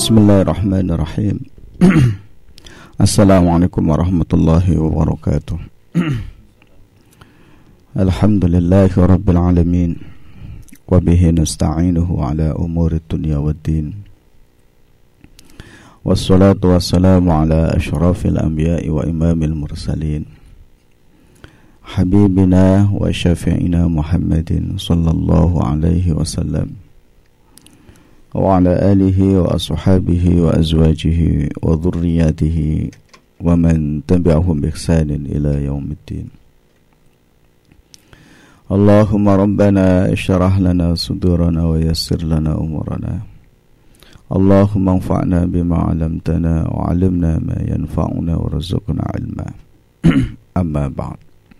Bismillahirrahmanirrahim. Assalamualaikum warahmatullahi wabarakatuh. Alhamdulillahi rabbil alamin. Wa bihi nasta'inuhu ala umuri dunya waddin. Wassalatu wassalamu ala asyrafil anbiya'i wa imamil mursalin, habibina wa syafi'ina Muhammadin sallallahu alaihi wasallam wa ala alihi wa ashabihi wa azwajihi wa dhurriyyatihi wa man tabi'ahum bi ihsanin ila yaumiddin. Allahumma rabbana ishrah lana sudurana wa yassir lana umurana. Allahumma anfa'na bima 'allamtana wa 'allimna ma yanfa'una warzuqna 'ilma. Amma ba'd.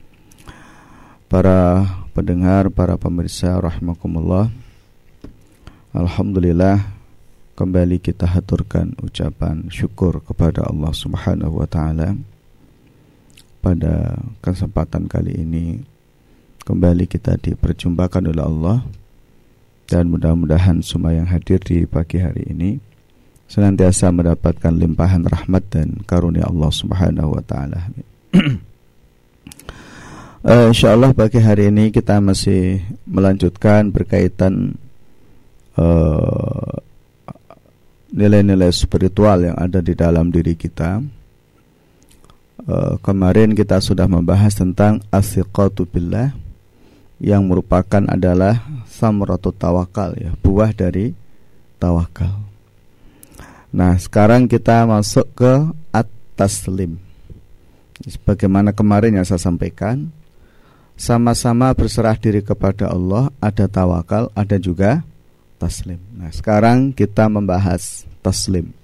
Para pendengar, para pemirsa rahimakumullah, alhamdulillah, kembali kita haturkan ucapan syukur kepada Allah Subhanahu wa taala. Pada kesempatan kali ini kembali kita diperjumpakan oleh Allah, dan mudah-mudahan semua yang hadir di pagi hari ini senantiasa mendapatkan limpahan rahmat dan karunia Allah Subhanahu wa taala. Insyaallah pagi hari ini kita masih melanjutkan berkaitan nilai-nilai spiritual yang ada di dalam diri kita. Kemarin kita sudah membahas tentang as-siqatu billah, yang merupakan adalah samratut tawakal, ya, buah dari tawakal. Nah, sekarang kita masuk ke at-taslim. Sebagaimana kemarin yang saya sampaikan, sama-sama berserah diri kepada Allah, ada tawakal, ada juga taslim. Nah, sekarang kita membahas taslim.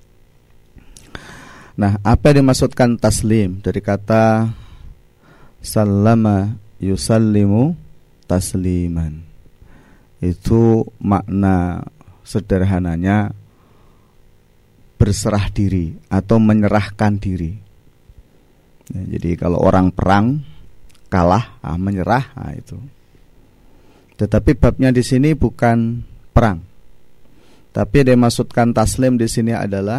Nah, apa yang dimaksudkan taslim? Dari kata sallama yusallimu tasliman. Itu makna sederhananya berserah diri atau menyerahkan diri. Nah, jadi kalau orang perang kalah, menyerah, itu. Tetapi babnya di sini bukan perang. Tapi yang dimaksudkan taslim di sini adalah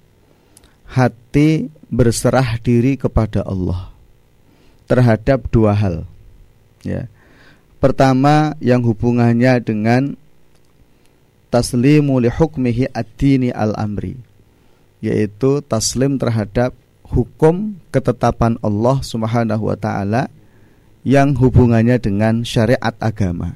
hati berserah diri kepada Allah terhadap dua hal. Ya. Pertama, yang hubungannya dengan taslimu li hukmihi ad-dini al-amri, yaitu taslim terhadap hukum ketetapan Allah Subhanahu wa taala yang hubungannya dengan syariat agama.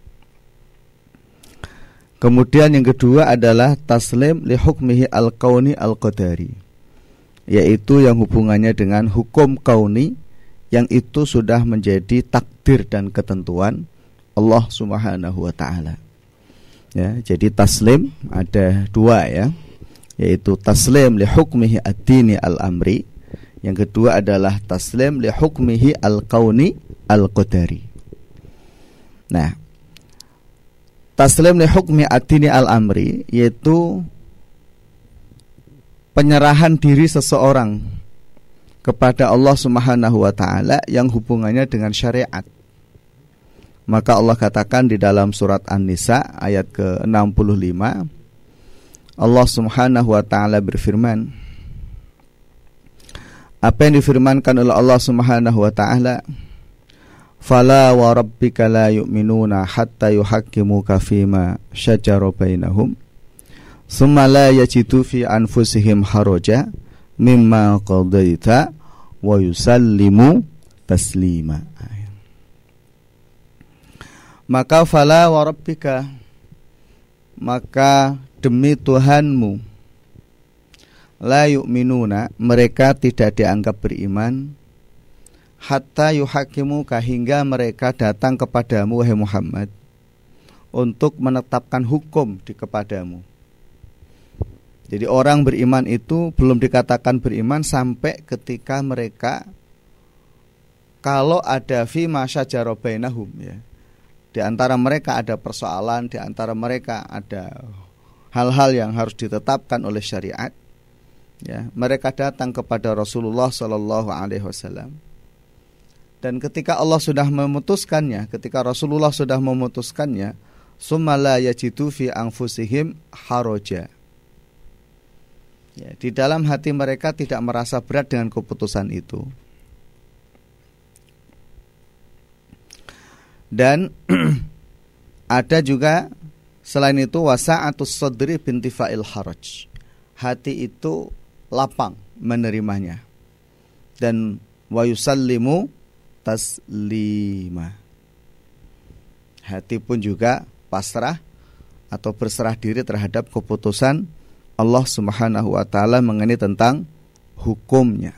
Kemudian yang kedua adalah taslim li hukmihi al-kauni al-qadari, yaitu yang hubungannya dengan hukum kauni yang itu sudah menjadi takdir dan ketentuan Allah Subhanahu wa taala. Ya, jadi taslim ada dua, ya, yaitu taslim li hukmihi ad-dini al-amri, yang kedua adalah taslim li hukmihi al-kauni al-qadari. Nah, taslim li hukmi ad-dini al-amri yaitu penyerahan diri seseorang kepada Allah Subhanahu wa taala yang hubungannya dengan syariat. Maka Allah katakan di dalam surat An-Nisa ayat ke-65, Allah Subhanahu wa taala berfirman, apa yang difirmankan oleh Allah Subhanahu wa taala, fala wa rabbika la yu'minuna hatta yuhaqqimuka fima syajara bainahum summa la yajidu fi anfusihim haraja mimma qadaita wa yusallimu taslima. Maka fala wa rabbika, maka demi Tuhanmu, la yu'minuna, mereka tidak dianggap beriman, hatta yuhakimuka, hingga mereka datang kepadamu wahai Muhammad untuk menetapkan hukum di kepadamu. Jadi orang beriman itu belum dikatakan beriman sampai ketika mereka, kalau ada fima syajara bainahum, ya, di antara mereka ada persoalan, di antara mereka ada hal-hal yang harus ditetapkan oleh syariat, ya, mereka datang kepada Rasulullah sallallahu alaihi wasallam. Dan ketika Allah sudah memutuskannya, ketika Rasulullah sudah memutuskannya, summa la yajidu fi anfusihim haraja, Ya, di dalam hati mereka tidak merasa berat dengan keputusan itu. Dan ada juga selain itu wasa'atus sadri bintifa'il haraj. Hati itu lapang menerimanya. Dan wa yusallimu taslima. Hati pun juga pasrah atau berserah diri terhadap keputusan Allah Subhanahu wa taala mengenai tentang hukumnya.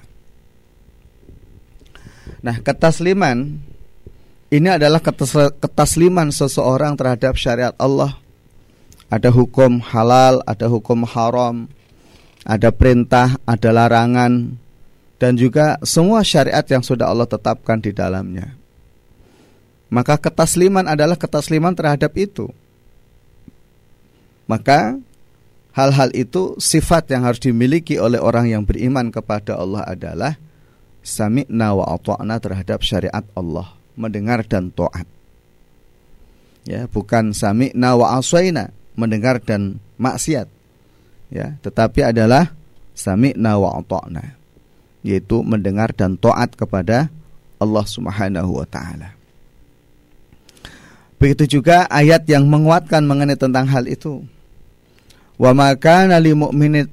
Nah, ketasliman ini adalah ketasliman seseorang terhadap syariat Allah. Ada hukum halal, ada hukum haram, ada perintah, ada larangan, dan juga semua syariat yang sudah Allah tetapkan di dalamnya. Maka ketasliman adalah ketasliman terhadap itu. Maka hal-hal itu sifat yang harus dimiliki oleh orang yang beriman kepada Allah adalah sami'na wa ata'na terhadap syariat Allah, mendengar dan taat. Ya, bukan sami'na wa asaina, mendengar dan maksiat. Ya, tetapi adalah sami'na wa ata'na, yaitu mendengar dan taat kepada Allah Subhanahu wa taala. Begitu juga ayat yang menguatkan mengenai tentang hal itu. Wa ma kana lil mu'minin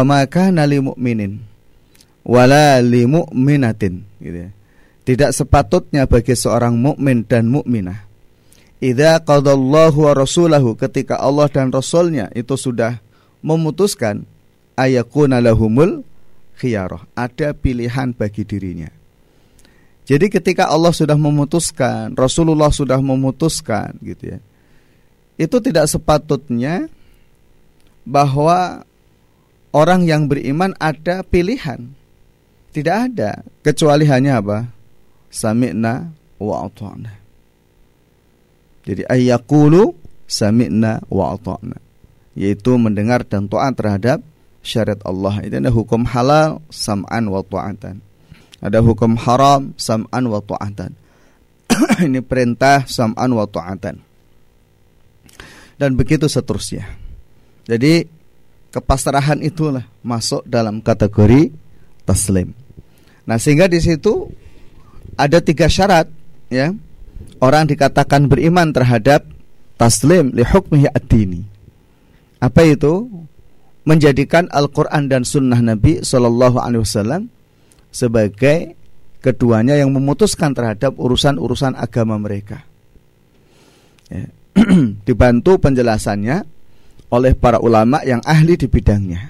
wala lil mu'minatin, gitu ya. Tidak sepatutnya bagi seorang mukmin dan mukminah idza qadallahu wa rasulahu, ketika Allah dan Rasulnya itu sudah memutuskan ayakuna lahumul khiyarah, ada pilihan bagi dirinya. Jadi ketika Allah sudah memutuskan, Rasulullah sudah memutuskan, gitu ya, itu tidak sepatutnya bahwa orang yang beriman ada pilihan. Tidak ada, kecuali hanya apa? Sami'na wa ata'na. Jadi ayyaqulu sami'na wa ata'na, yaitu mendengar dan taat terhadap syariat Allah. Itu ada hukum halal sam'an wa ta'atan. Ada hukum haram sam'an wa ta'atan. Ini perintah sam'an wa ta'atan. Dan begitu seterusnya. Jadi kepasrahan itulah masuk dalam kategori taslim. Nah, sehingga di situ ada 3 syarat, ya. Orang dikatakan beriman terhadap taslim li hukmihi ad-dini. Apa itu? Menjadikan Al-Qur'an dan sunnah Nabi sallallahu alaihi wasallam sebagai keduanya yang memutuskan terhadap urusan-urusan agama mereka. Ya. Dibantu penjelasannya oleh para ulama yang ahli di bidangnya.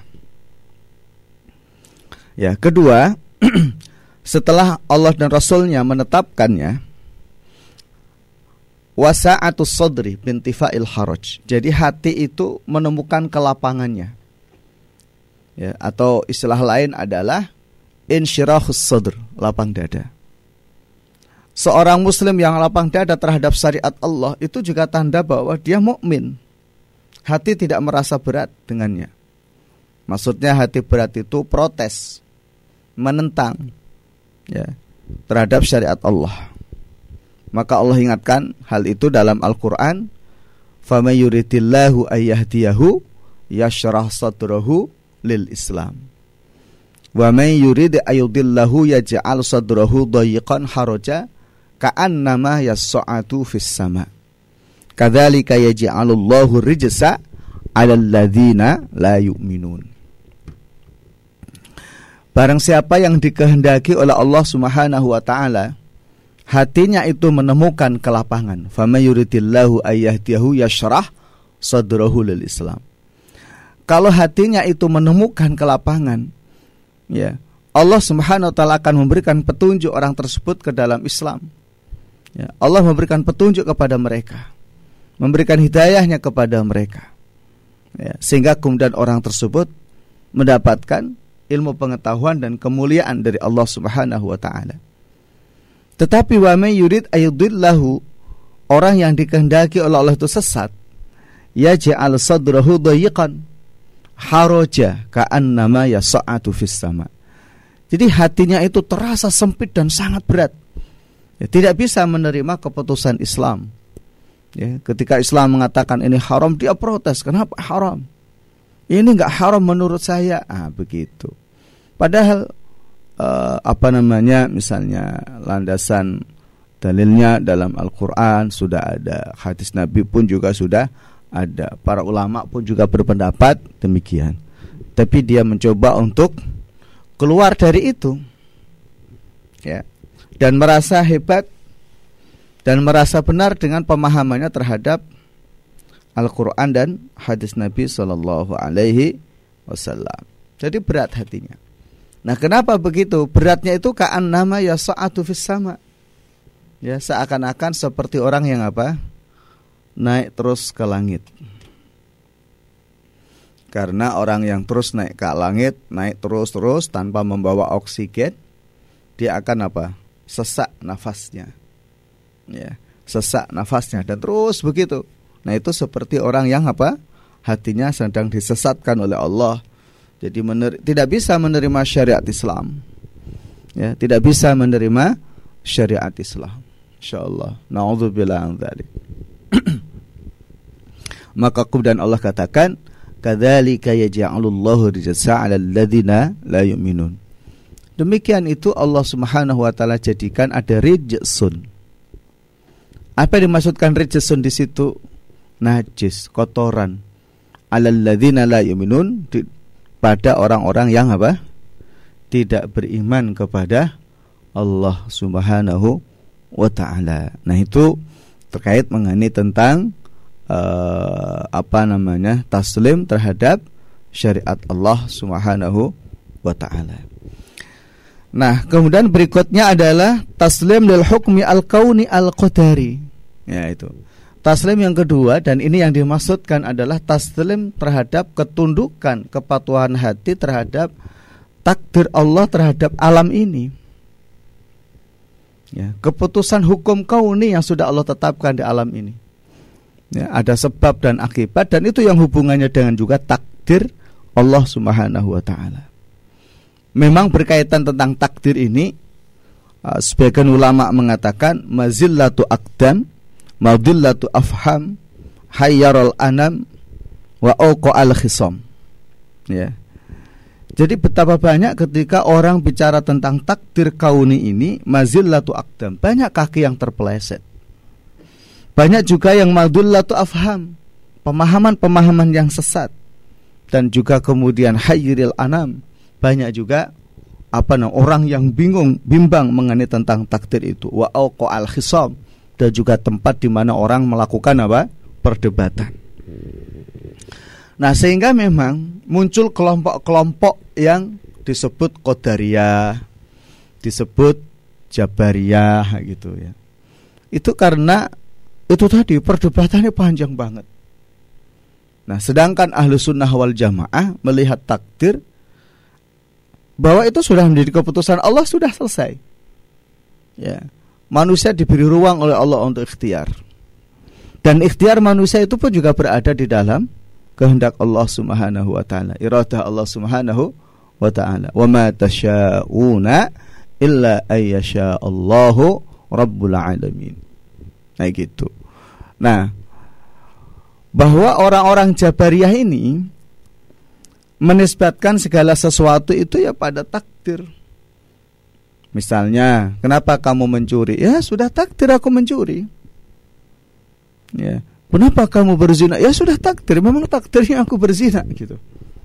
Ya, kedua, setelah Allah dan Rasulnya menetapkannya, wasa'atus sadri bintifa'il haraj. Jadi hati itu menemukan kelapangannya. Ya, atau istilah lain adalah insyirahus sadr, lapang dada. Seorang muslim yang lapang dada terhadap syariat Allah itu juga tanda bahwa dia mukmin. Hati tidak merasa berat dengannya. Maksudnya hati berat itu protes, menentang, ya, terhadap syariat Allah. Maka Allah ingatkan hal itu dalam Al-Quran. فَمَنْ يُرِدِ اللَّهُ أَنْ يَهْدِيَهُ يَشْرَحْ صَدْرَهُ لِلْإِسْلَامِ وَمَنْ يُرِدْ أَنْ يُضِلَّهُ يَجْعَلْ صَدْرَهُ ضَيِّقًا حَرَجًا كَأَنَّمَا يَصَّعَّدُ فِي السَّمَاءِ kadzalika yaj'alullahu rijsa 'alal ladzina la yu'minun. Barang siapa yang dikehendaki oleh Allah Subhanahu wa taala, hatinya itu menemukan kelapangan. Faman yuridillahu ayyahdiyahu yashrah sadrahu lil Islam. Kalau hatinya itu menemukan kelapangan, ya, Allah Subhanahu wa taala akan memberikan petunjuk orang tersebut ke dalam Islam. Ya, Allah memberikan petunjuk kepada mereka, memberikan hidayahnya kepada mereka, ya, sehingga kemudian orang tersebut mendapatkan ilmu pengetahuan dan kemuliaan dari Allah Subhanahu wa taala. Tetapi wa may yurid ayudillahu, orang yang dikehendaki oleh Allah itu sesat, yaj'al sadrahu dayiqan haraja ka'annama yas'atu fis sama. Jadi hatinya itu terasa sempit dan sangat berat. Ya, tidak bisa menerima keputusan Islam. Ya, ketika Islam mengatakan ini haram, dia protes. Kenapa haram? Ini nggak haram menurut saya. Begitu. Padahal misalnya landasan dalilnya dalam Al-Quran sudah ada, hadis Nabi pun juga sudah ada, para ulama pun juga berpendapat demikian. Tapi dia mencoba untuk keluar dari itu, ya, dan merasa hebat dan merasa benar dengan pemahamannya terhadap Al-Quran dan hadis Nabi Sallallahu Alaihi Wasallam. Jadi berat hatinya. Nah, kenapa begitu? Beratnya itu ka'annama yas'atu fis sama. Ya, seakan-akan seperti orang yang naik terus ke langit. Karena orang yang terus naik ke langit, naik terus tanpa membawa oksigen, dia akan sesak nafasnya. Ya, sesak nafasnya dan terus begitu. Nah, itu seperti orang yang hatinya sedang disesatkan oleh Allah. Jadi tidak bisa menerima syariat Islam. Ya, tidak bisa menerima syariat Islam. Insyaallah. Na'udzubillah min dzalik. Maka kemudian Allah katakan, kadzalika yaj'alullahu rijsa 'alal ladzina la yu'minun. Demikian itu Allah Subhanahu wa taala jadikan ada rijsun. Apa yang dimaksudkan rijsun di situ? Najis, kotoran. 'Alal ladzina la yu'minun, pada orang-orang yang tidak beriman kepada Allah Subhanahu wa ta'ala. Nah, itu terkait mengenai tentang taslim terhadap syariat Allah Subhanahu wa ta'ala. Nah, kemudian berikutnya adalah taslim lil hukmi al-kauni al-qadari. Ya, itu. Taslim yang kedua, dan ini yang dimaksudkan adalah taslim terhadap ketundukan, kepatuhan hati terhadap takdir Allah terhadap alam ini. Ya, keputusan hukum kauni yang sudah Allah tetapkan di alam ini. Ya, ada sebab dan akibat, dan itu yang hubungannya dengan juga takdir Allah Subhanahu wa ta'ala. Memang berkaitan tentang takdir ini, sebagian ulama mengatakan mazillatu aqdam, madillatu afham, hayyarul anam, wa auqa'al khisam. Ya. Jadi betapa banyak ketika orang bicara tentang takdir kauni ini, mazillatu aqdam, banyak kaki yang terpeleset. Banyak juga yang madillatu afham, pemahaman-pemahaman yang sesat. Dan juga kemudian hayyiril anam, banyak juga orang yang bimbang mengenai tentang takdir itu. Wa auqa'al khisam, dan juga tempat di mana orang melakukan perdebatan. Nah, sehingga memang muncul kelompok-kelompok yang disebut Qadariyah, disebut Jabariyah gitu ya. Itu karena itu tadi perdebatannya panjang banget. Nah, sedangkan Ahlus Sunnah wal Jamaah melihat takdir bahwa itu sudah menjadi keputusan Allah, sudah selesai. Ya. Manusia diberi ruang oleh Allah untuk ikhtiar. Dan ikhtiar manusia itu pun juga berada di dalam kehendak Allah Subhanahu wa ta'ala, iradah Allah Subhanahu wa ta'ala. Wa ma tasyauna illa ayyasha Allahu rabbul alamin. Nah, gitu. Nah, bahwa orang-orang Jabariyah ini menisbatkan segala sesuatu itu ya pada takdir. Misalnya, kenapa kamu mencuri? Ya, sudah takdir aku mencuri. Ya. Kenapa kamu berzina? Ya, sudah takdir, memang takdirnya aku berzina gitu.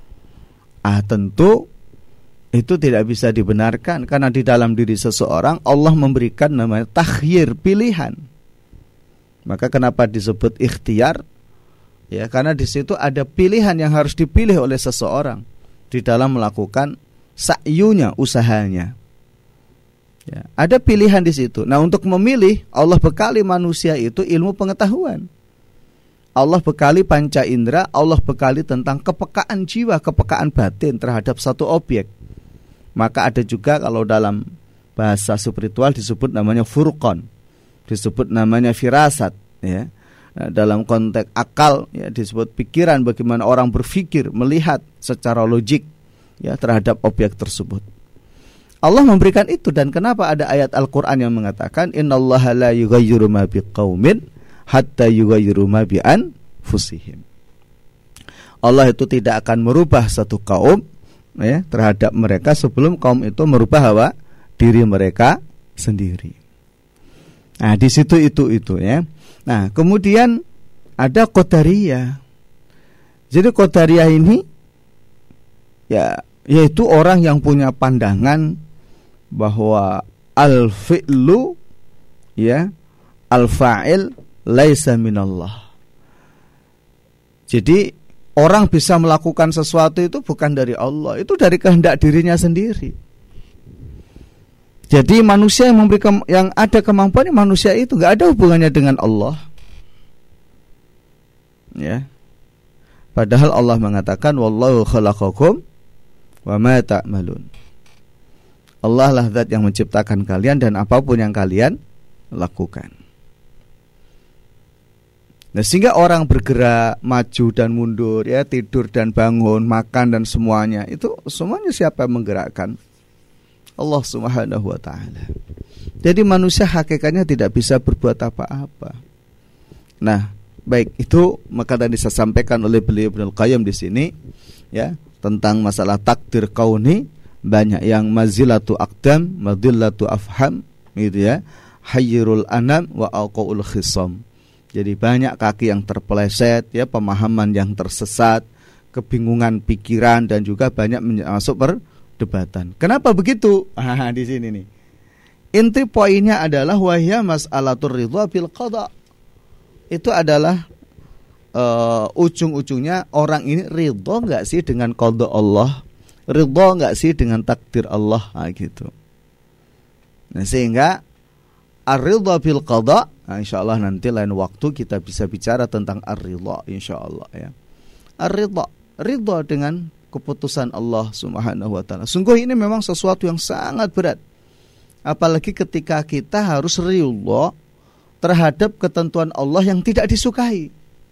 Tentu itu tidak bisa dibenarkan, karena di dalam diri seseorang Allah memberikan namanya takhyir, pilihan. Maka kenapa disebut ikhtiar? Ya, karena di situ ada pilihan yang harus dipilih oleh seseorang di dalam melakukan sa'yunya, usahanya. Ya, ada pilihan di situ. Nah, untuk memilih, Allah bekali manusia itu ilmu pengetahuan. Allah bekali panca indera, Allah bekali tentang kepekaan jiwa, kepekaan batin terhadap satu objek. Maka ada juga kalau dalam bahasa spiritual disebut namanya furqan, disebut namanya firasat, ya. Dalam konteks akal, ya, disebut pikiran, bagaimana orang berpikir, melihat secara logik, ya, terhadap objek tersebut. Allah memberikan itu, dan kenapa ada ayat Al-Quran yang mengatakan innallaha la yughayyiru ma biqaumin hatta yughayyiru ma bi anfusihim. Allah itu tidak akan merubah satu kaum ya terhadap mereka sebelum kaum itu merubah hawa diri mereka sendiri. Nah, di situ itu ya. Nah, kemudian ada Qadariyah. Jadi Qadariyah ini ya yaitu orang yang punya pandangan bahwa al-fi'lu ya al-fa'il laisa minallah. Jadi orang bisa melakukan sesuatu itu bukan dari Allah, itu dari kehendak dirinya sendiri. Jadi manusia yang yang ada kemampuan, manusia itu nggak ada hubungannya dengan Allah. Ya. Padahal Allah mengatakan wallahu khalaqakum wa ma ta'malun. Allah lah zat yang menciptakan kalian dan apapun yang kalian lakukan. Nah, sehingga orang bergerak, maju dan mundur, ya, tidur dan bangun, makan dan semuanya, itu semuanya siapa yang menggerakkan? Allah Subhanahu wa taala. Jadi manusia hakikatnya tidak bisa berbuat apa-apa. Nah, baik itu maka tadi saya sampaikan oleh beliau Ibnu Qayyim di sini ya, tentang masalah takdir kauni, banyak yang mazilatu aqdam, madillatu afham gitu ya. Hayyirul anam wa alqaul khisam. Jadi banyak kaki yang terpeleset ya, pemahaman yang tersesat, kebingungan pikiran dan juga banyak masuk perdebatan. Kenapa begitu? Di sini nih. Inti poinnya adalah wahya mas'alatur ridha bil qada. Itu adalah ujung-ujungnya orang ini ridha enggak sih dengan qada Allah? Ridha enggak sih dengan takdir Allah? Gitu. Nah, sehingga ar-ridha bil qada, insyaallah nanti lain waktu kita bisa bicara tentang ar-ridha insyaallah ya. Ar-ridha, ridha dengan keputusan Allah Subhanahu wa taala. Sungguh ini memang sesuatu yang sangat berat. Apalagi ketika kita harus ridha terhadap ketentuan Allah yang tidak disukai.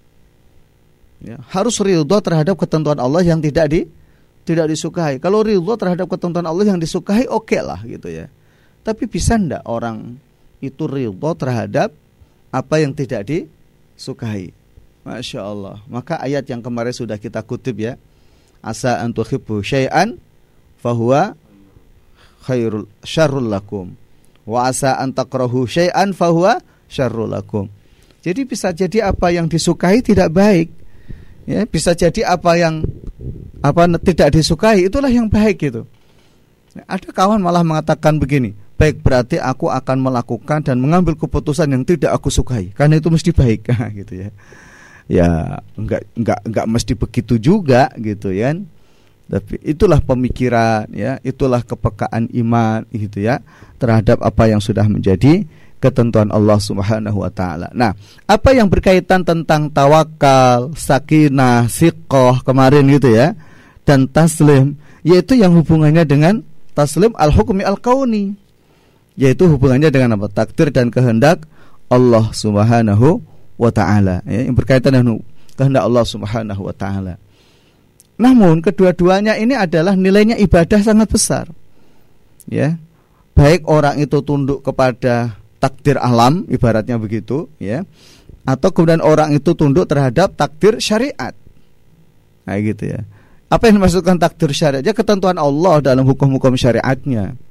Ya, harus ridha terhadap ketentuan Allah yang tidak disukai. Kalau ridha terhadap ketentuan Allah yang disukai, oke lah gitu ya. Tapi bisa enggak orang itu ridha terhadap apa yang tidak disukai? Masya Allah. Maka ayat yang kemarin sudah kita kutip ya, asa an tuhibbu syai'an fahuwa khairul syarrul lakum wa asa an takrahu syai'an fahuwa syarrul lakum. Jadi bisa jadi apa yang disukai tidak baik ya, bisa jadi apa yang tidak disukai itulah yang baik gitu. Ada kawan malah mengatakan begini, baik berarti aku akan melakukan dan mengambil keputusan yang tidak aku sukai karena itu mesti baik gitu ya. Ya enggak mesti begitu juga gitu ya. Tapi itulah pemikiran ya, itulah kepekaan iman gitu ya terhadap apa yang sudah menjadi ketentuan Allah Subhanahu wa taala. Nah, apa yang berkaitan tentang tawakal, sakinah, siqah kemarin gitu ya, dan taslim, yaitu yang hubungannya dengan taslim al-hukmi al-kauni, yaitu hubungannya dengan apa? Takdir dan kehendak Allah Subhanahu wa taala ya, yang berkaitan dengan kehendak Allah Subhanahu wa taala. Namun kedua-duanya ini adalah nilainya ibadah sangat besar. Ya. Baik orang itu tunduk kepada takdir alam ibaratnya begitu ya, atau kemudian orang itu tunduk terhadap takdir syariat. Nah gitu ya. Apa yang dimaksudkan takdir syariat? Ya ketentuan Allah dalam hukum-hukum syariatnya.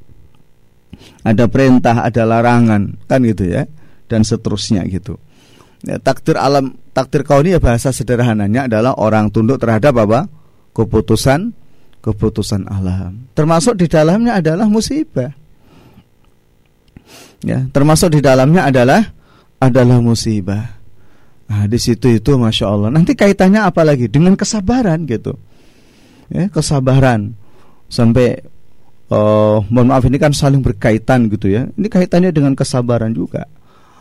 Ada perintah, ada larangan, kan gitu ya, dan seterusnya gitu. Ya, takdir alam, takdir kauni ya bahasa sederhananya adalah orang tunduk terhadap apa? Keputusan alam. Termasuk di dalamnya adalah musibah. Ya, termasuk di dalamnya adalah musibah. Nah, di situ itu masya Allah. Nanti kaitannya apa lagi? Dengan kesabaran gitu. Ya, kesabaran sampai mohon maaf ini kan saling berkaitan gitu ya. Ini kaitannya dengan kesabaran juga.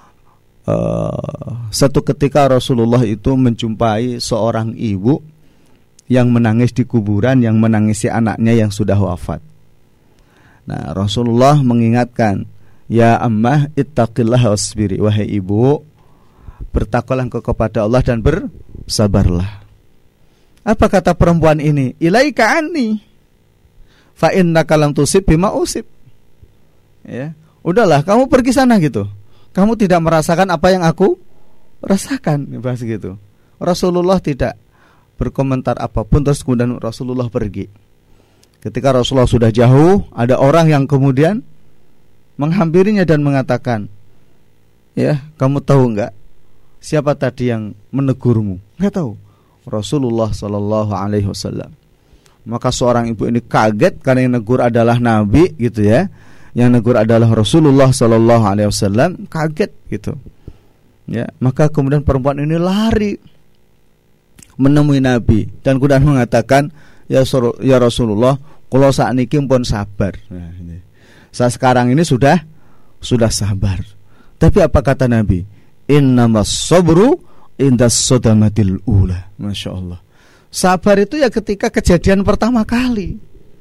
Satu ketika Rasulullah itu menjumpai seorang ibu yang menangis di kuburan, yang menangisi anaknya yang sudah wafat. Nah, Rasulullah mengingatkan, ya ammah ittaqillah wasbiri, wahai ibu, bertakwalah engkau kepada Allah dan bersabarlah. Apa kata perempuan ini? Ilaika anni fa innaka lam tusib bima usib. Ya, udahlah kamu pergi sana gitu. Kamu tidak merasakan apa yang aku rasakan, bahas gitu. Rasulullah tidak berkomentar apapun, terus kemudian Rasulullah pergi. Ketika Rasulullah sudah jauh, ada orang yang kemudian menghampirinya dan mengatakan, ya, kamu tahu enggak siapa tadi yang menegurmu? Enggak tahu. Rasulullah sallallahu alaihi wasallam. Maka seorang ibu ini kaget karena yang negur adalah Nabi gitu ya. Yang negur adalah Rasulullah sallallahu alaihi wasallam, kaget gitu. Ya, maka kemudian perempuan ini lari menemui Nabi dan kemudian mengatakan, ya Rasulullah, kula sakniki pun sabar. Nah, ini. Saya sekarang ini sudah sabar. Tapi apa kata Nabi? Innamas sabru indas sodamatil ula. Masya Allah. Sabar itu ya ketika kejadian pertama kali.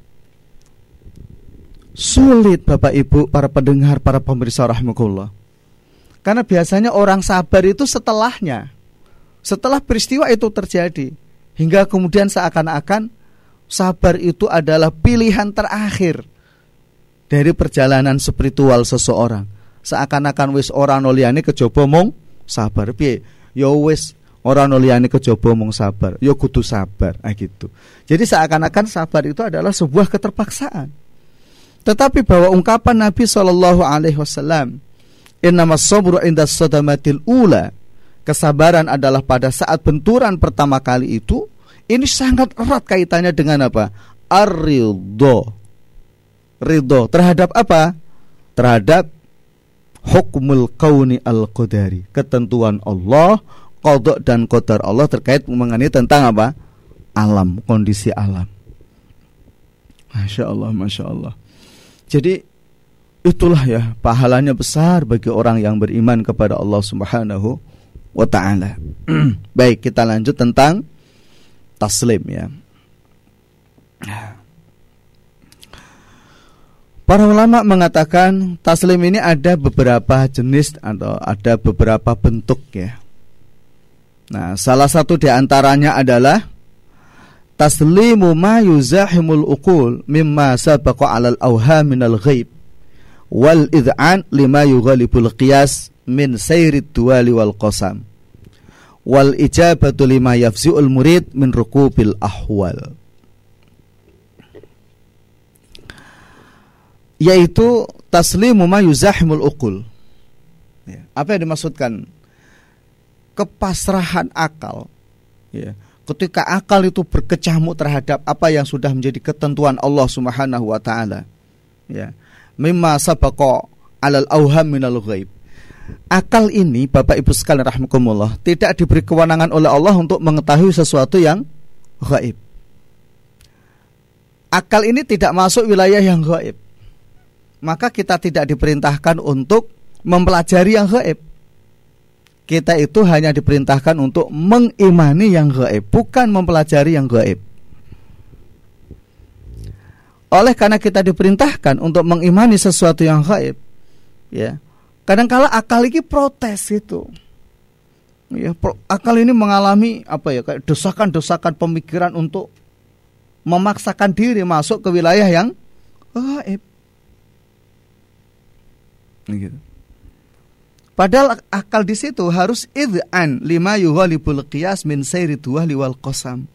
Sulit Bapak Ibu, para pendengar, para pemirsa rahimakumullah. Karena biasanya orang sabar itu setelahnya, setelah peristiwa itu terjadi, hingga kemudian seakan-akan sabar itu adalah pilihan terakhir dari perjalanan spiritual seseorang. Seakan-akan wis ora ono liyane kejaba mung sabar. Piye? Ya wis ora ono liyane kejaba mung sabar, ya kudu sabar, gitu. Jadi seakan-akan sabar itu adalah sebuah keterpaksaan. Tetapi bahwa ungkapan Nabi sallallahu alaihi wasallam, innamas sabru indas sadamatil ula, kesabaran adalah pada saat benturan pertama kali itu, ini sangat erat kaitannya dengan apa? Ar-ridho. Ridho terhadap apa? Terhadap hukmul kauni al-qadari, ketentuan Allah, qada dan qadar Allah terkait mengenai tentang apa? Alam, kondisi alam. Masya Allah, Masya Allah. Jadi itulah ya pahalanya besar bagi orang yang beriman kepada Allah Subhanahu wa ta'ala. Baik, kita lanjut tentang taslim ya. Para ulama mengatakan taslim ini ada beberapa jenis atau ada beberapa bentuk ya. Nah, salah satu di antaranya adalah taslimu ma yuzahimul uqul mimma sabaqa 'alal awham minal ghaib wal id'an lima yughalibul qiyas min sayrid duwali wal qasam wal ijabatu lima yafzi'ul murid min rukubil ahwal, yaitu taslimu ma yuzahimul uqul. Apa yang dimaksudkan? Kepasrahan akal ya. Ketika akal itu berkecamuk terhadap apa yang sudah menjadi ketentuan Allah Subhanahu wa ta'ala ya. Mimma sabaqa 'alal awham minal ghaib. Akal ini Bapak Ibu sekalian rahimakumullah tidak diberi kewenangan oleh Allah untuk mengetahui sesuatu yang gaib. Akal ini tidak masuk wilayah yang gaib. Maka kita tidak diperintahkan untuk mempelajari yang gaib. Kita itu hanya diperintahkan untuk mengimani yang gaib, bukan mempelajari yang gaib. Oleh karena kita diperintahkan untuk mengimani sesuatu yang gaib, ya, kadang-kala akal ini protes itu. Ya, akal ini mengalami apa ya, kayak desakan-desakan pemikiran untuk memaksakan diri masuk ke wilayah yang gaib. Gitu. Padahal akal di situ harus id'an lima yughalibul qiyas min sayri duwali wal qasam.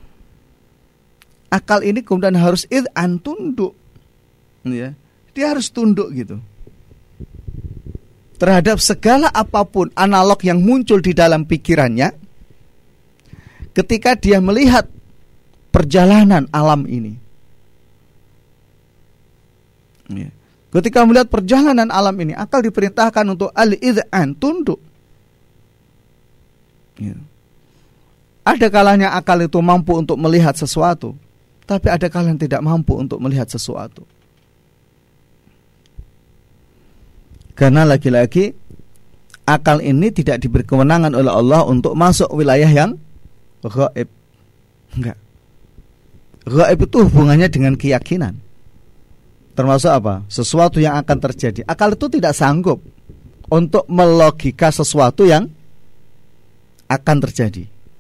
Akal ini kemudian harus id'an, tunduk. Ya. Dia harus tunduk gitu. Terhadap segala apapun analog yang muncul di dalam pikirannya ketika dia melihat perjalanan alam ini. Ya. Ketika melihat perjalanan alam ini, akal diperintahkan untuk al-id'an, tunduk. Ya. Ada kalanya akal itu mampu untuk melihat sesuatu, tapi ada kalanya tidak mampu untuk melihat sesuatu. Karena lagi-lagi akal ini tidak diberi kewenangan oleh Allah untuk masuk wilayah yang gaib. Enggak. Gaib itu hubungannya dengan keyakinan. Termasuk apa? Sesuatu yang akan terjadi. Akal itu tidak sanggup untuk melogika sesuatu yang akan terjadi.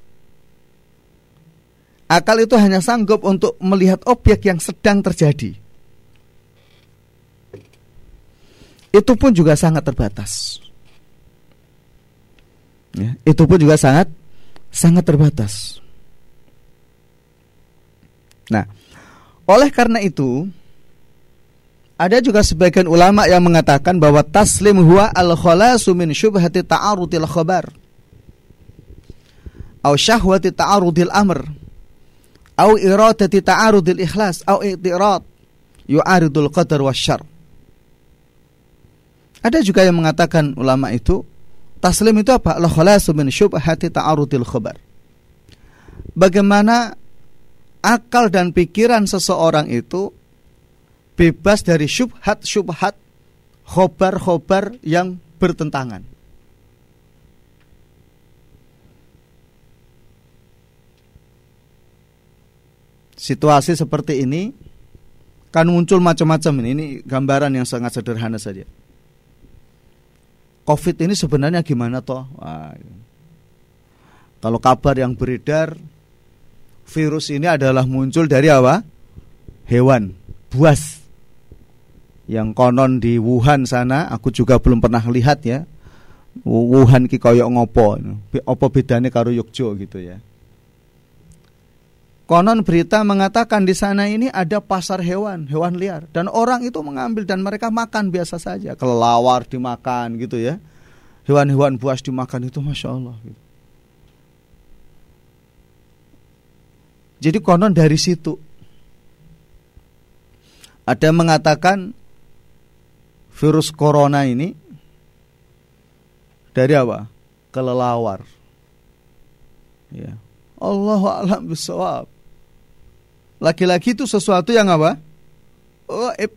Akal itu hanya sanggup untuk melihat objek yang sedang terjadi. Itu pun juga sangat terbatas. Ya, itu pun juga sangat terbatas. Nah, oleh karena itu ada juga sebagian ulama yang mengatakan bahwa taslim huwa al-khalasu min syubhati ta'arudil khabar au syahwati ta'arudil amr au iradati ta'arudil ikhlas au i'tirad yu'aridul qadar wasyar. Ada juga yang mengatakan ulama itu taslim itu apa? Al-khalasu min syubhati ta'arudil khabar. Bagaimana akal dan pikiran seseorang itu bebas dari syubhat-syubhat, khobar-khobar yang bertentangan. Situasi seperti ini kan muncul macam-macam ini gambaran yang sangat sederhana saja. Covid ini sebenarnya gimana toh? Kalau kabar yang beredar, virus ini adalah muncul dari apa? Hewan buas. Yang konon di Wuhan sana, aku juga belum pernah lihat ya. Wuhan ki koyok ngopo, apa bedanya karo Yogyo gitu ya. Konon berita mengatakan di sana ini ada pasar hewan liar, dan orang itu mengambil dan mereka makan biasa saja. Kelelawar dimakan gitu ya. Hewan-hewan buas dimakan itu, masya Allah. Gitu. Jadi konon dari situ. Ada mengatakan virus corona ini dari apa? Kelelawar. Ya. Allahu a'lam bishawab. Laki-laki itu sesuatu yang apa? Gaib.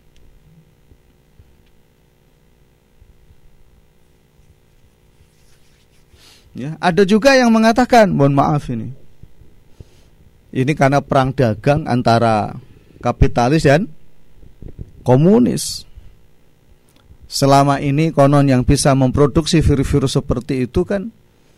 Ya, ada juga yang mengatakan, mohon maaf ini karena perang dagang antara kapitalis dan komunis. Selama ini konon yang bisa memproduksi virus-virus seperti itu kan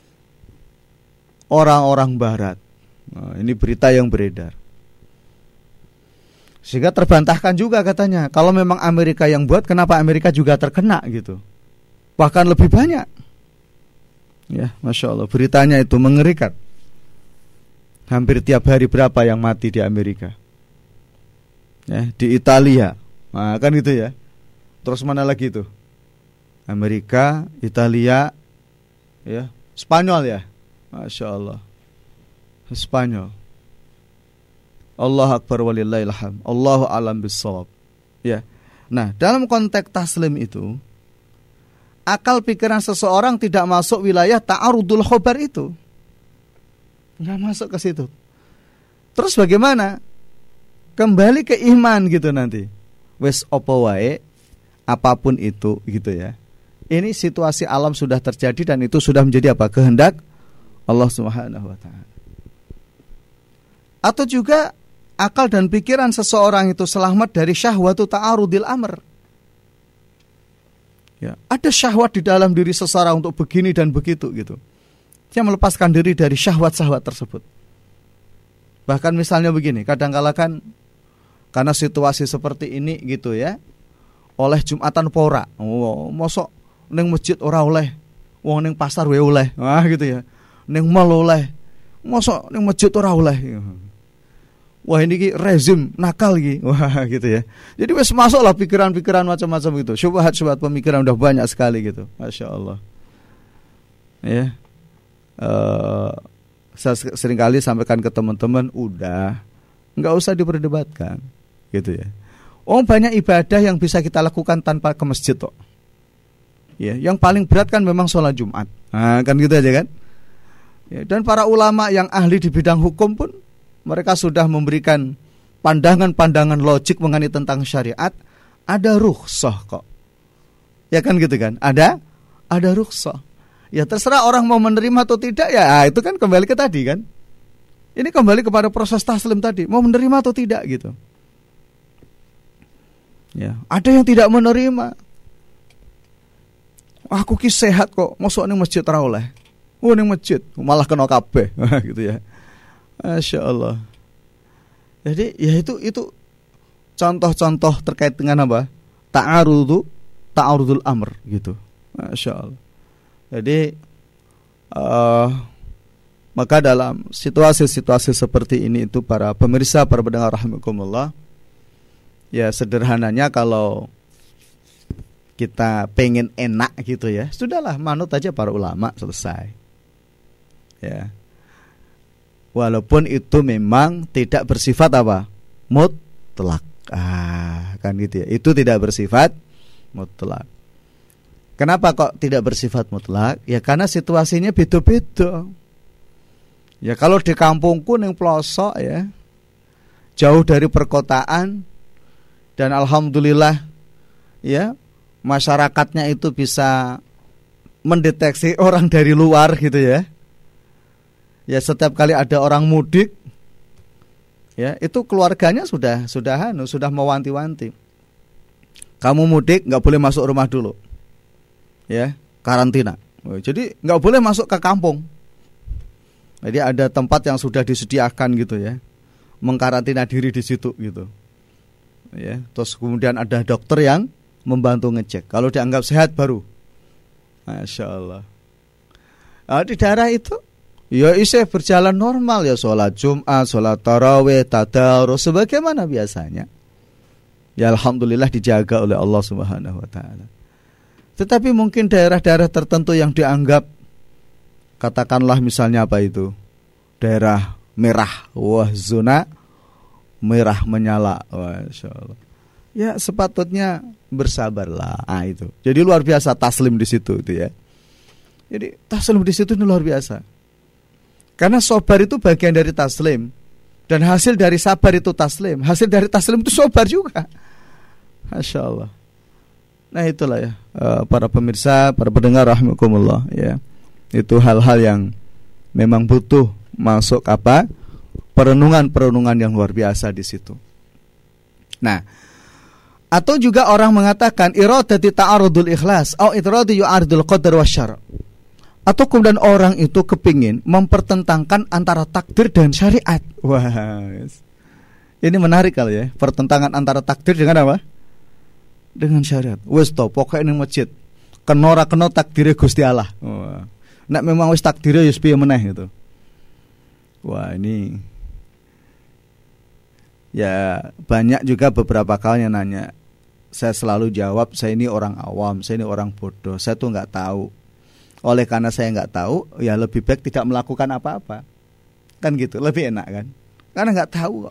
orang-orang barat. Nah, ini berita yang beredar. Sehingga terbantahkan juga katanya, kalau memang Amerika yang buat, kenapa Amerika juga terkena gitu. Bahkan lebih banyak. Ya, masya Allah, beritanya itu mengerikan. Hampir tiap hari berapa yang mati di Amerika. Ya, di Italia. Nah, kan gitu ya. Terus mana lagi itu? Amerika, Italia, ya, Spanyol ya. Masya Allah, Spanyol. Allah Akbar walillahil hamd. Allahu a'lam bishawab. Ya. Nah, dalam konteks taslim itu, akal pikiran seseorang tidak masuk wilayah ta'arudul khobar itu. Enggak masuk ke situ. Terus bagaimana? Kembali ke iman gitu nanti. Wes opo wae, apapun itu gitu ya. Ini situasi alam sudah terjadi dan itu sudah menjadi apa? Kehendak Allah Subhanahu wa taala. Atau juga akal dan pikiran seseorang itu selamat dari syahwatu ta'arudil amr. Ya, ada syahwat di dalam diri seseorang untuk begini dan begitu gitu. Dia melepaskan diri dari syahwat-syahwat tersebut. Bahkan misalnya begini, kadang-kala kan karena situasi seperti ini gitu ya, oleh Jumatan pora. Oh, mosok ning masjid ora oleh, wong ning pasar wae oleh. Wah gitu ya. Ning mall oleh. Mosok ning masjid ora oleh. Wah ini rezim nakal iki. Wah gitu ya. Jadi wis masuklah pikiran-pikiran macam-macam gitu. Syubhat-syubhat pemikiran udah banyak sekali gitu. Masya Allah. Ya. Saya seringkali sampaikan ke teman-teman, udah nggak usah diperdebatkan gitu ya. Banyak ibadah yang bisa kita lakukan tanpa ke masjid kok. Ya, yang paling berat kan memang sholat Jumat. Nah, kan gitu aja kan. Ya, dan para ulama yang ahli di bidang hukum pun mereka sudah memberikan pandangan-pandangan logik mengenai tentang syariat. Ada rukhsah kok. Ya kan gitu kan. Ada rukhsah. Ya terserah orang mau menerima atau tidak ya. Itu kan kembali ke tadi kan. Ini kembali kepada proses taslim tadi. Mau menerima atau tidak gitu. Ya, ada yang tidak menerima. Aku ki sehat kok. Mosok ning masjid ra oleh. Ning masjid malah kena kabeh. Gitu ya. Masya Allah. Jadi ya itu contoh-contoh terkait dengan apa? Ta'arudul amr gitu. Masya Allah. Jadi Maka dalam situasi-situasi seperti ini itu para pemirsa, para pendengar rahimakumullah, ya sederhananya kalau kita pengen enak gitu ya, sudahlah manut aja para ulama, selesai. Ya. Walaupun itu memang tidak bersifat apa? Mutlak. Kan gitu ya. Itu tidak bersifat mutlak. Kenapa kok tidak bersifat mutlak? Ya karena situasinya beda-beda. Ya kalau di kampungku yang pelosok ya, jauh dari perkotaan, dan alhamdulillah ya masyarakatnya itu bisa mendeteksi orang dari luar gitu ya. Ya setiap kali ada orang mudik, ya itu keluarganya sudah mewanti-wanti. Kamu mudik nggak boleh masuk rumah dulu, ya karantina. Jadi nggak boleh masuk ke kampung. Jadi ada tempat yang sudah disediakan gitu ya, mengkarantina diri di situ gitu. Ya, terus kemudian ada dokter yang membantu ngecek. Kalau dianggap sehat baru, Masya Allah. Di daerah itu, ya isih berjalan normal ya, sholat Jumat, sholat tarawih, tadarus sebagaimana biasanya. Ya alhamdulillah dijaga oleh Allah Subhanahu Wa Taala. Tetapi mungkin daerah-daerah tertentu yang dianggap, katakanlah misalnya apa itu, daerah merah, wah zona merah menyala, Masya Allah. Ya sepatutnya bersabarlah, itu. Jadi luar biasa taslim di situ itu ya. Jadi taslim di situ ini luar biasa. Karena sabar itu bagian dari taslim, dan hasil dari sabar itu taslim, hasil dari taslim itu sabar juga. Masya Allah. Nah itulah ya, para pemirsa, para pendengar rahimakumullah ya. Itu hal-hal yang memang butuh masuk apa? Perenungan yang luar biasa di situ. Nah, atau juga orang mengatakan iradati ta'arudul ikhlas atau iradati yu'aridul qadar wasyar. Atau kemudian orang itu kepingin mempertentangkan antara takdir dan syariat. Wah, ini menarik kali ya, pertentangan antara takdir dengan apa? Dengan syariat. Wes to pokoke ning masjid kena ora kena takdire Gusti Allah. Wah. Nek memang wis takdire ya piye meneh gitu. Wah, ini ya banyak juga beberapa kali yang nanya. Saya selalu jawab, saya ini orang awam, saya ini orang bodoh, saya tuh nggak tahu. Oleh karena saya nggak tahu, ya lebih baik tidak melakukan apa-apa. Kan gitu, lebih enak kan? Karena nggak tahu kok.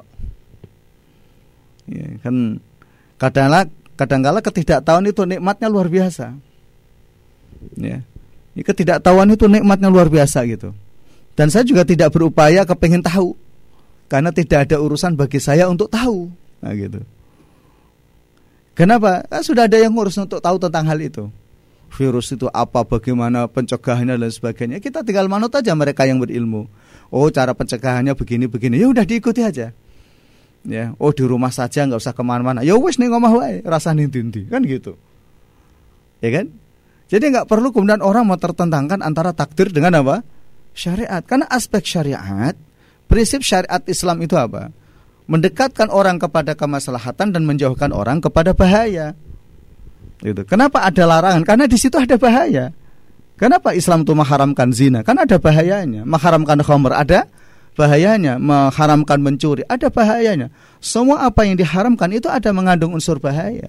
Ya, kan kadang-kala ketidaktahuan itu nikmatnya luar biasa. Ya. Ketidaktahuan itu nikmatnya luar biasa gitu. Dan saya juga tidak berupaya kepengen tahu, karena tidak ada urusan bagi saya untuk tahu. Nah gitu. Kenapa? Sudah ada yang ngurus untuk tahu tentang hal itu. Virus itu apa, bagaimana pencegahannya dan sebagainya. Kita tinggal manut aja mereka yang berilmu. Oh, cara pencegahannya begini-begini. Ya udah diikuti aja. Ya, oh di rumah saja, nggak usah kemana-mana. Ya wes nih ngomong wae, rasa ninti kan gitu. Ya kan? Jadi nggak perlu kemudian orang mau tertentangkan antara takdir dengan apa? Syariat. Karena aspek syariat, prinsip syariat Islam itu apa? Mendekatkan orang kepada kemaslahatan dan menjauhkan orang kepada bahaya. Gitu. Kenapa ada larangan? Karena di situ ada bahaya. Kenapa Islam itu mengharamkan zina? Karena ada bahayanya. Mengharamkan khamr ada bahayanya. Mengharamkan mencuri ada bahayanya. Semua apa yang diharamkan itu ada mengandung unsur bahaya.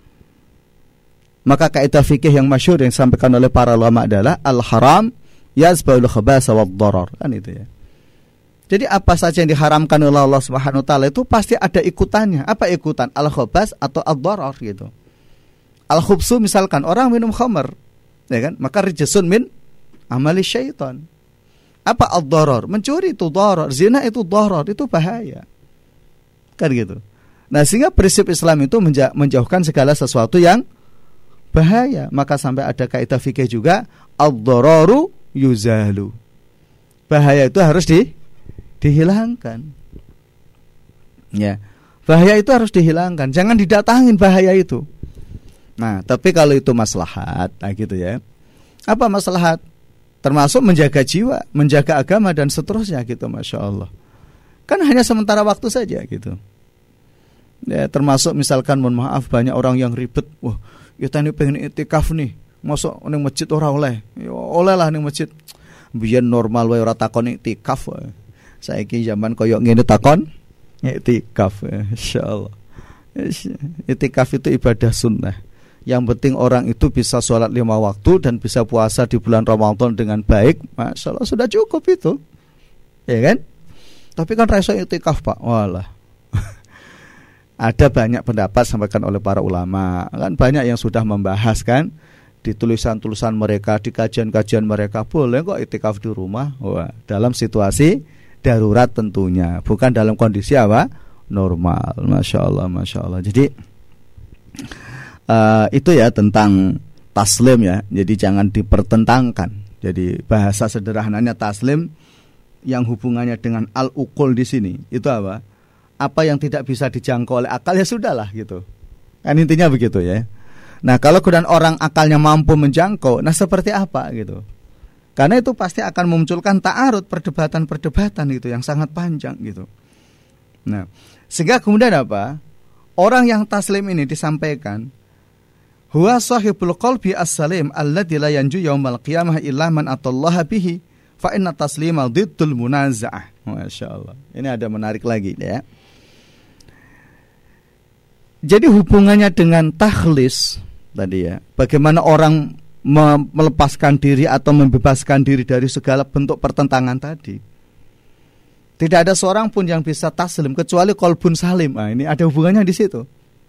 Maka kaidah fikih yang masyhur yang disampaikan oleh para ulama adalah al-haram yazbahul khabasa wad-dharar. Kan itu ya. Jadi apa saja yang diharamkan oleh Allah Subhanahu wa taala itu pasti ada ikutannya. Apa ikutan? Al-khabas atau ad-dharar gitu. Al-khubsu misalkan orang minum khamr, ya kan? Maka rijsun min amali syaitan. Apa ad-dharar? Mencuri itu dharar, zina itu dharar, itu bahaya. Kan gitu. Nah, sehingga prinsip Islam itu menjauhkan segala sesuatu yang bahaya. Maka sampai ada kaidah fikih juga ad-dhararu yuzalu. Bahaya itu harus dihilangkan. Ya. Bahaya itu harus dihilangkan. Jangan didatangin bahaya itu. Nah, tapi kalau itu maslahat, nah gitu ya. Apa maslahat? Termasuk menjaga jiwa, menjaga agama dan seterusnya gitu, Masya Allah. Kan hanya sementara waktu saja gitu. Ya, termasuk misalkan mohon maaf banyak orang yang ribet. Wah, kita ini pengen itikaf nih. Masuk ning masjid ora oleh. Ya oleh lah ning masjid. Biyen normal wae ora takon iktikaf. Saiki zaman koyo ngene takon iktikaf. Insyaallah. Iktikaf itu ibadah sunnah. Yang penting orang itu bisa sholat 5 waktu dan bisa puasa di bulan Ramadan dengan baik, Masya Allah sudah cukup itu. Ya kan? Tapi kan rasa iktikaf Pak, walah. Ada banyak pendapat sampaikan oleh para ulama. Kan banyak yang sudah membahas kan, di tulisan-tulisan mereka, di kajian-kajian mereka, boleh kok iktikaf di rumah. Wah, dalam situasi darurat tentunya, bukan dalam kondisi apa? Normal. Masya Allah, Masya Allah. Jadi itu ya tentang taslim ya. Jadi jangan dipertentangkan. Jadi bahasa sederhananya taslim yang hubungannya dengan al-uqul di sini itu apa? Apa yang tidak bisa dijangkau oleh akal ya sudahlah gitu. Kan intinya begitu ya. Nah, kalau kemudian orang akalnya mampu menjangkau, nah seperti apa gitu. Karena itu pasti akan memunculkan ta'arud, perdebatan-perdebatan gitu yang sangat panjang gitu. Nah, sehingga kemudian apa? Orang yang taslim ini disampaikan, huwa sahibul qalbi as-salim alladzi la yanju yaumal qiyamah illa man atallaha bihi fa inna taslima diddul munaza'ah. Masyaallah. Ini ada menarik lagi ya. Jadi hubungannya dengan takhlis tadi ya. Bagaimana orang melepaskan diri atau membebaskan diri dari segala bentuk pertentangan tadi. Tidak ada seorang pun yang bisa taslim kecuali qalbun salim. Nah, ini ada hubungannya di situ.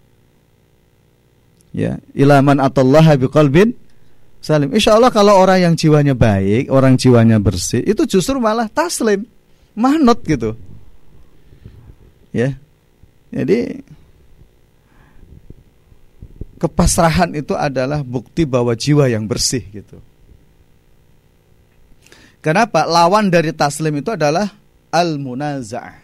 Ya, ilaman atallaha biqalbin salim. Insyaallah kalau orang yang jiwanya baik, orang jiwanya bersih, itu justru malah taslim, manut gitu. Ya. Jadi kepasrahan itu adalah bukti bahwa jiwa yang bersih gitu. Kenapa? Lawan dari taslim itu adalah al-munaza'ah.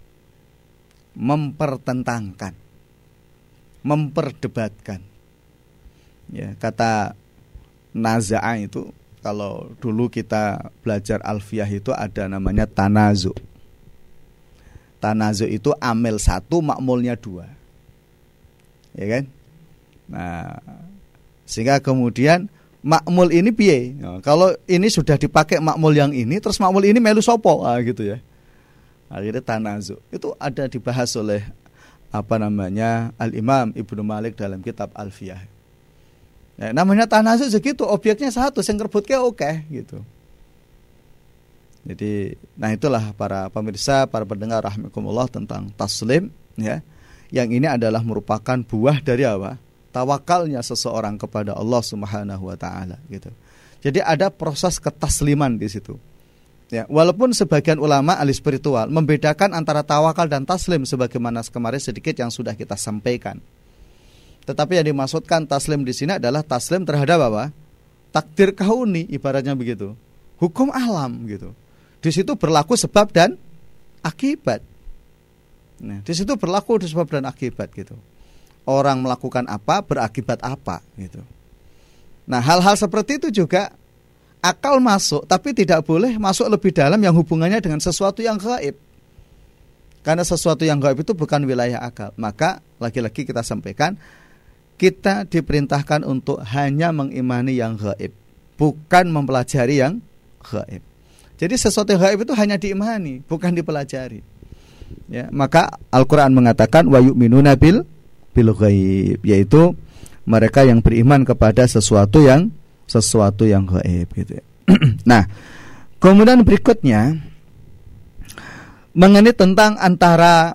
Mempertentangkan, memperdebatkan. Ya, kata naza'ah itu kalau dulu kita belajar alfiyah itu ada namanya tanazu. Tanazu itu amil 1 makmulnya 2. Ya kan? Nah, sehingga kemudian makmul ini piye? Nah, kalau ini sudah dipakai makmul yang ini, terus makmul ini melu sopo, gitu ya. Akhirnya tanazu. Itu ada dibahas oleh Al-Imam Ibnu Malik dalam kitab Alfiyah. Ya, namanya tanazu segitu, objeknya satu, sing ngerebutke oke gitu. Jadi, nah itulah para pemirsa, para pendengar rahimakumullah tentang taslim ya. Yang ini adalah merupakan buah dari apa? Tawakalnya seseorang kepada Allah Subhanahu wa taala gitu. Jadi ada proses ketasliman di situ. Ya, walaupun sebagian ulama ahli spiritual membedakan antara tawakal dan taslim sebagaimana kemarin sedikit yang sudah kita sampaikan. Tetapi yang dimaksudkan taslim di sini adalah taslim terhadap apa? Takdir kauni, ibaratnya begitu. Hukum alam gitu. Di situ berlaku sebab dan akibat. Nah, di situ berlaku sebab dan akibat gitu. Orang melakukan apa, berakibat apa gitu. Nah, hal-hal seperti itu juga akal masuk, tapi tidak boleh masuk lebih dalam yang hubungannya dengan sesuatu yang gaib. Karena sesuatu yang gaib itu bukan wilayah akal. Maka lagi-lagi kita sampaikan, kita diperintahkan untuk hanya mengimani yang gaib, bukan mempelajari yang gaib. Jadi sesuatu yang gaib itu hanya diimani, bukan dipelajari. Ya, maka Al-Quran mengatakan wa yu'minuna bil ghaib, yaitu mereka yang beriman kepada sesuatu yang gaib gitu. Nah, kemudian berikutnya mengenai tentang antara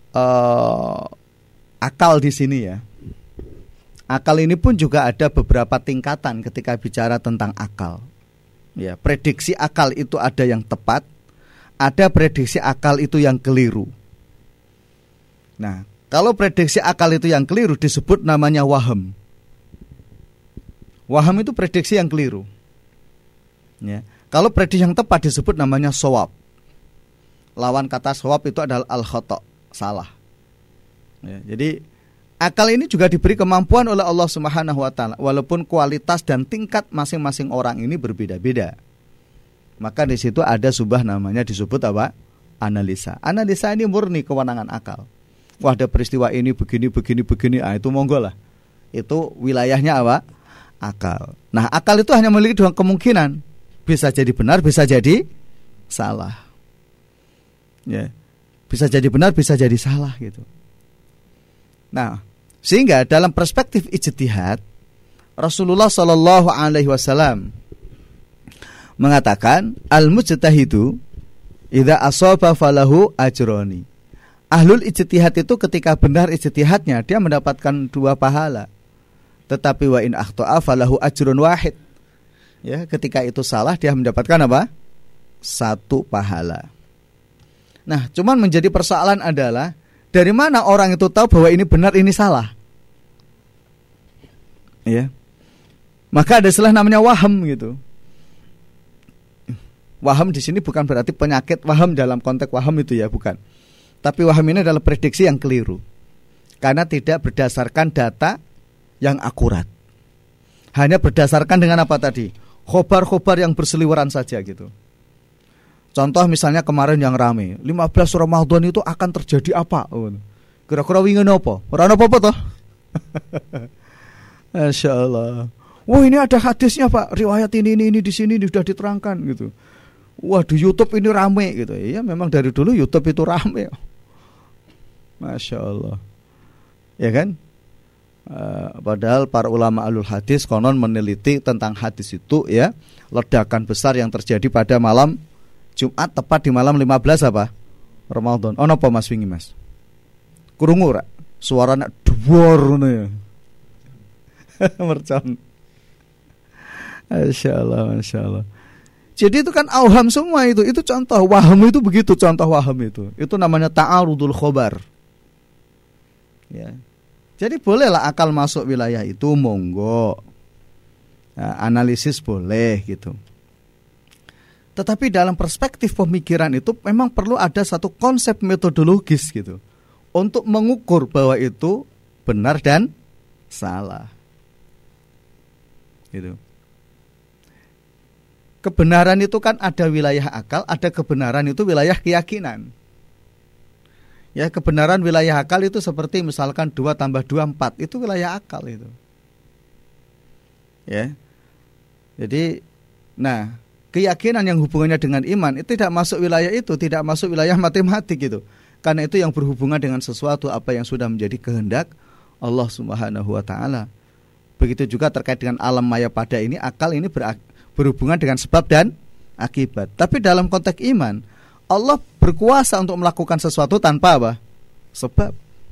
akal di sini ya. Akal ini pun juga ada beberapa tingkatan ketika bicara tentang akal. Ya, prediksi akal itu ada yang tepat, ada prediksi akal itu yang keliru. Nah, kalau prediksi akal itu yang keliru disebut namanya waham. Waham itu prediksi yang keliru. Ya. Kalau prediksi yang tepat disebut namanya shawab. Lawan kata shawab itu adalah al-khata', salah. Ya, jadi akal ini juga diberi kemampuan oleh Allah Subhanahu wa taala, walaupun kualitas dan tingkat masing-masing orang ini berbeda-beda. Maka di situ ada subah namanya disebut apa? Analisa. Analisa ini murni kewenangan akal. Wah, ada peristiwa ini begini, itu monggo lah. Itu wilayahnya apa? Akal. Nah, akal itu hanya memiliki 2 kemungkinan. bisa jadi benar, bisa jadi salah. Ya, bisa jadi benar, bisa jadi salah gitu. Nah, sehingga dalam perspektif ijtihad, Rasulullah Shallallahu Alaihi Wasallam mengatakan, al-mujtahidu idza asaba falahu ajroni. Ahlul ijtihad itu ketika benar ijtihadnya, dia mendapatkan 2 pahala. Tetapi wa in akhta'a falahu ajrun wahid. Ya, ketika itu salah dia mendapatkan apa? 1 pahala. Nah, cuman menjadi persoalan adalah dari mana orang itu tahu bahwa ini benar, ini salah? Ya. Maka ada istilah namanya waham gitu. Waham di sini bukan berarti penyakit waham dalam konteks waham itu ya, bukan. Tapi waham ini adalah prediksi yang keliru. Karena tidak berdasarkan data yang akurat. Hanya berdasarkan dengan apa tadi? Khobar-khobar yang berseliweran saja gitu. Contoh misalnya kemarin yang rame, 15 Ramadan itu akan terjadi apa? Kira-kira wingi apa? Ora apa-apa toh? Masya Allah. Wah, ini ada hadisnya Pak, riwayat ini di sini sudah diterangkan gitu. Wah, di YouTube ini rame gitu. Iya, memang dari dulu YouTube itu rame. Masya Allah. Ya kan? Padahal para ulama alul hadis konon meneliti tentang hadis itu ya, ledakan besar yang terjadi pada malam Jumat tepat di malam 15 apa? Ramadan. Oh napa Mas wingi Mas? Krungu ra? Suarane dhuwur ngono ya. Mercon. Masyaallah, masyaallah. Jadi itu kan auham semua itu contoh waham itu begitu, contoh waham itu. Itu namanya ta'arudul khobar. Ya. Jadi bolehlah akal masuk wilayah itu, monggo. Nah, analisis boleh gitu. Tetapi dalam perspektif pemikiran itu memang perlu ada satu konsep metodologis gitu untuk mengukur bahwa itu benar dan salah. Gitu. Kebenaran itu kan ada wilayah akal, ada kebenaran itu wilayah keyakinan. Ya, kebenaran wilayah akal itu seperti misalkan 2 tambah 2 4, itu wilayah akal itu. Ya. Jadi, nah, keyakinan yang hubungannya dengan iman itu tidak masuk wilayah itu, tidak masuk wilayah matematik gitu. Karena itu yang berhubungan dengan sesuatu apa yang sudah menjadi kehendak Allah Subhanahu wa taala. Begitu juga terkait dengan alam maya pada ini, akal ini berhubungan dengan sebab dan akibat. Tapi dalam konteks iman, Allah berkuasa untuk melakukan sesuatu tanpa apa? Sebab.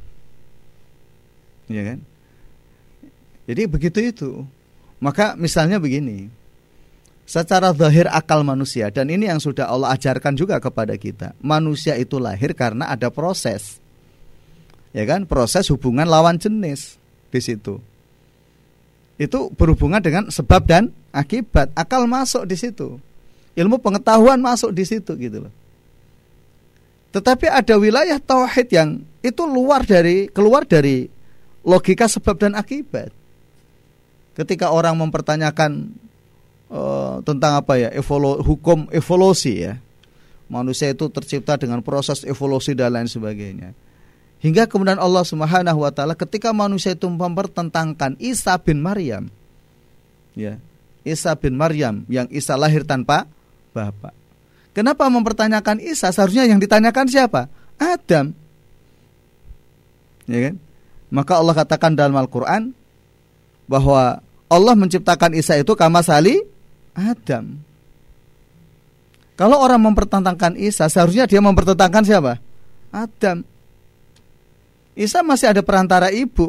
Ya kan? Jadi begitu itu. Maka misalnya begini, secara zahir akal manusia, dan ini yang sudah Allah ajarkan juga kepada kita, manusia itu lahir karena ada proses. Ya kan? Proses hubungan lawan jenis di situ. Itu berhubungan dengan sebab dan akibat. Akal masuk di situ. Ilmu pengetahuan masuk di situ gitu loh. Tetapi ada wilayah tauhid yang itu keluar dari logika sebab dan akibat. Ketika orang mempertanyakan tentang apa ya, hukum evolusi ya, manusia itu tercipta dengan proses evolusi dan lain sebagainya. Hingga kemudian Allah Subhanahu wa taala ketika manusia itu mempertentangkan Isa bin Maryam, ya, Isa bin Maryam yang Isa lahir tanpa bapak. Kenapa mempertanyakan Isa? Seharusnya yang ditanyakan siapa? Adam. Ya kan? Maka Allah katakan dalam Al-Qur'an bahwa Allah menciptakan Isa itu kama sali Adam. Kalau orang mempertentangkan Isa, seharusnya dia mempertentangkan siapa? Adam. Isa masih ada perantara ibu.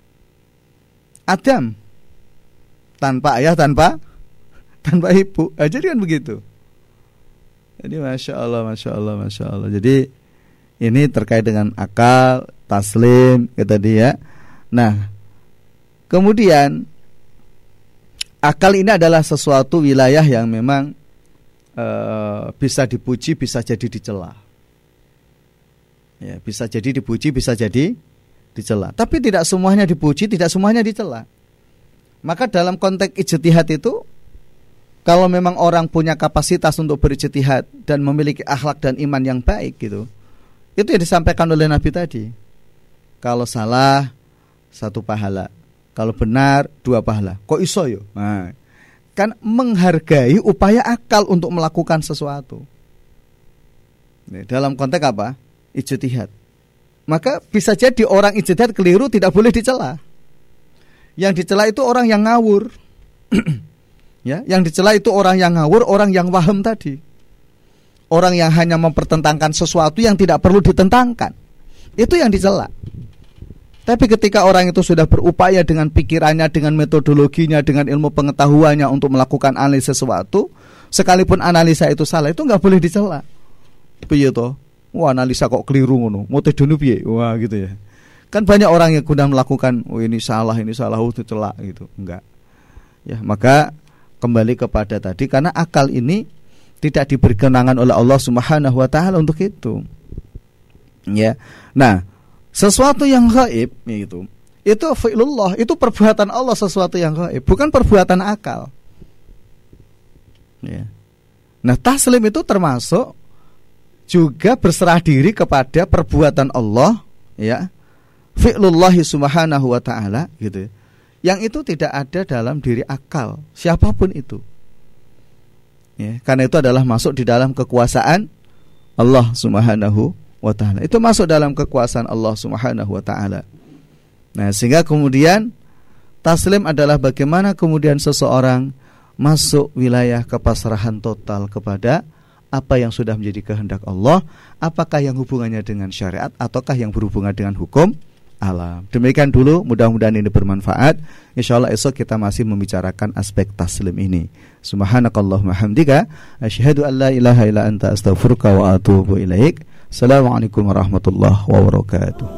Adam. Tanpa ayah, tanpa ibu. Jadi kan begitu. Jadi Masya Allah. Jadi ini terkait dengan akal, taslim, kata dia. Nah, kemudian akal ini adalah sesuatu wilayah yang memang bisa dipuji, bisa jadi dicela. Ya, bisa jadi dipuji, bisa jadi dicela. Tapi tidak semuanya dipuji, tidak semuanya dicela. Maka dalam konteks ijtihad itu, kalau memang orang punya kapasitas untuk berijtihad dan memiliki akhlak dan iman yang baik gitu, itu yang disampaikan oleh Nabi tadi. Kalau salah 1 pahala, kalau benar 2 pahala. Kok iso yo? Nah, mengisytihatkan, menghargai upaya akal untuk melakukan sesuatu. Dalam konteks apa? Ijtihad. Maka bisa jadi orang ijtihad keliru tidak boleh dicela. Yang dicela itu orang yang ngawur. Ya, yang dicela itu orang yang ngawur, orang yang waham tadi. Orang yang hanya mempertentangkan sesuatu yang tidak perlu ditentangkan. Itu yang dicela. Tapi ketika orang itu sudah berupaya dengan pikirannya, dengan metodologinya, dengan ilmu pengetahuannya untuk melakukan analisis sesuatu, sekalipun analisa itu salah, itu nggak boleh dicela. Piye toh? Wah, analisa kok keliru ngono. Metodene piye? Wah, gitu ya. Kan banyak orang yang sudah melakukan, oh ini salah, itu celak gitu. Enggak. Ya, maka kembali kepada tadi, karena akal ini tidak diberi kenangan oleh Allah Subhanahu wa taala untuk itu. Ya. Nah, sesuatu yang gaib itu fi'lullah, itu perbuatan Allah, sesuatu yang gaib, bukan perbuatan akal. Ya. Nah, taslim itu termasuk juga berserah diri kepada perbuatan Allah, ya. Fi'lullahi subhanahu wa ta'ala gitu. Yang itu tidak ada dalam diri akal siapapun itu. Ya, karena itu adalah masuk di dalam kekuasaan Allah Subhanahu wa ta'ala. Itu masuk dalam kekuasaan Allah Subhanahu wa ta'ala. Nah, sehingga kemudian taslim adalah bagaimana kemudian seseorang masuk wilayah kepasrahan total kepada apa yang sudah menjadi kehendak Allah, apakah yang hubungannya dengan syariat ataukah yang berhubungan dengan hukum alam. Demikian dulu, mudah-mudahan ini bermanfaat. Insyaallah esok kita masih membicarakan aspek taslim ini. Subhanakallahumma hamdika asyhadu an la ilaha illa anta astaghfiruka wa atubu ilaik. Assalamualaikum warahmatullahi wabarakatuh.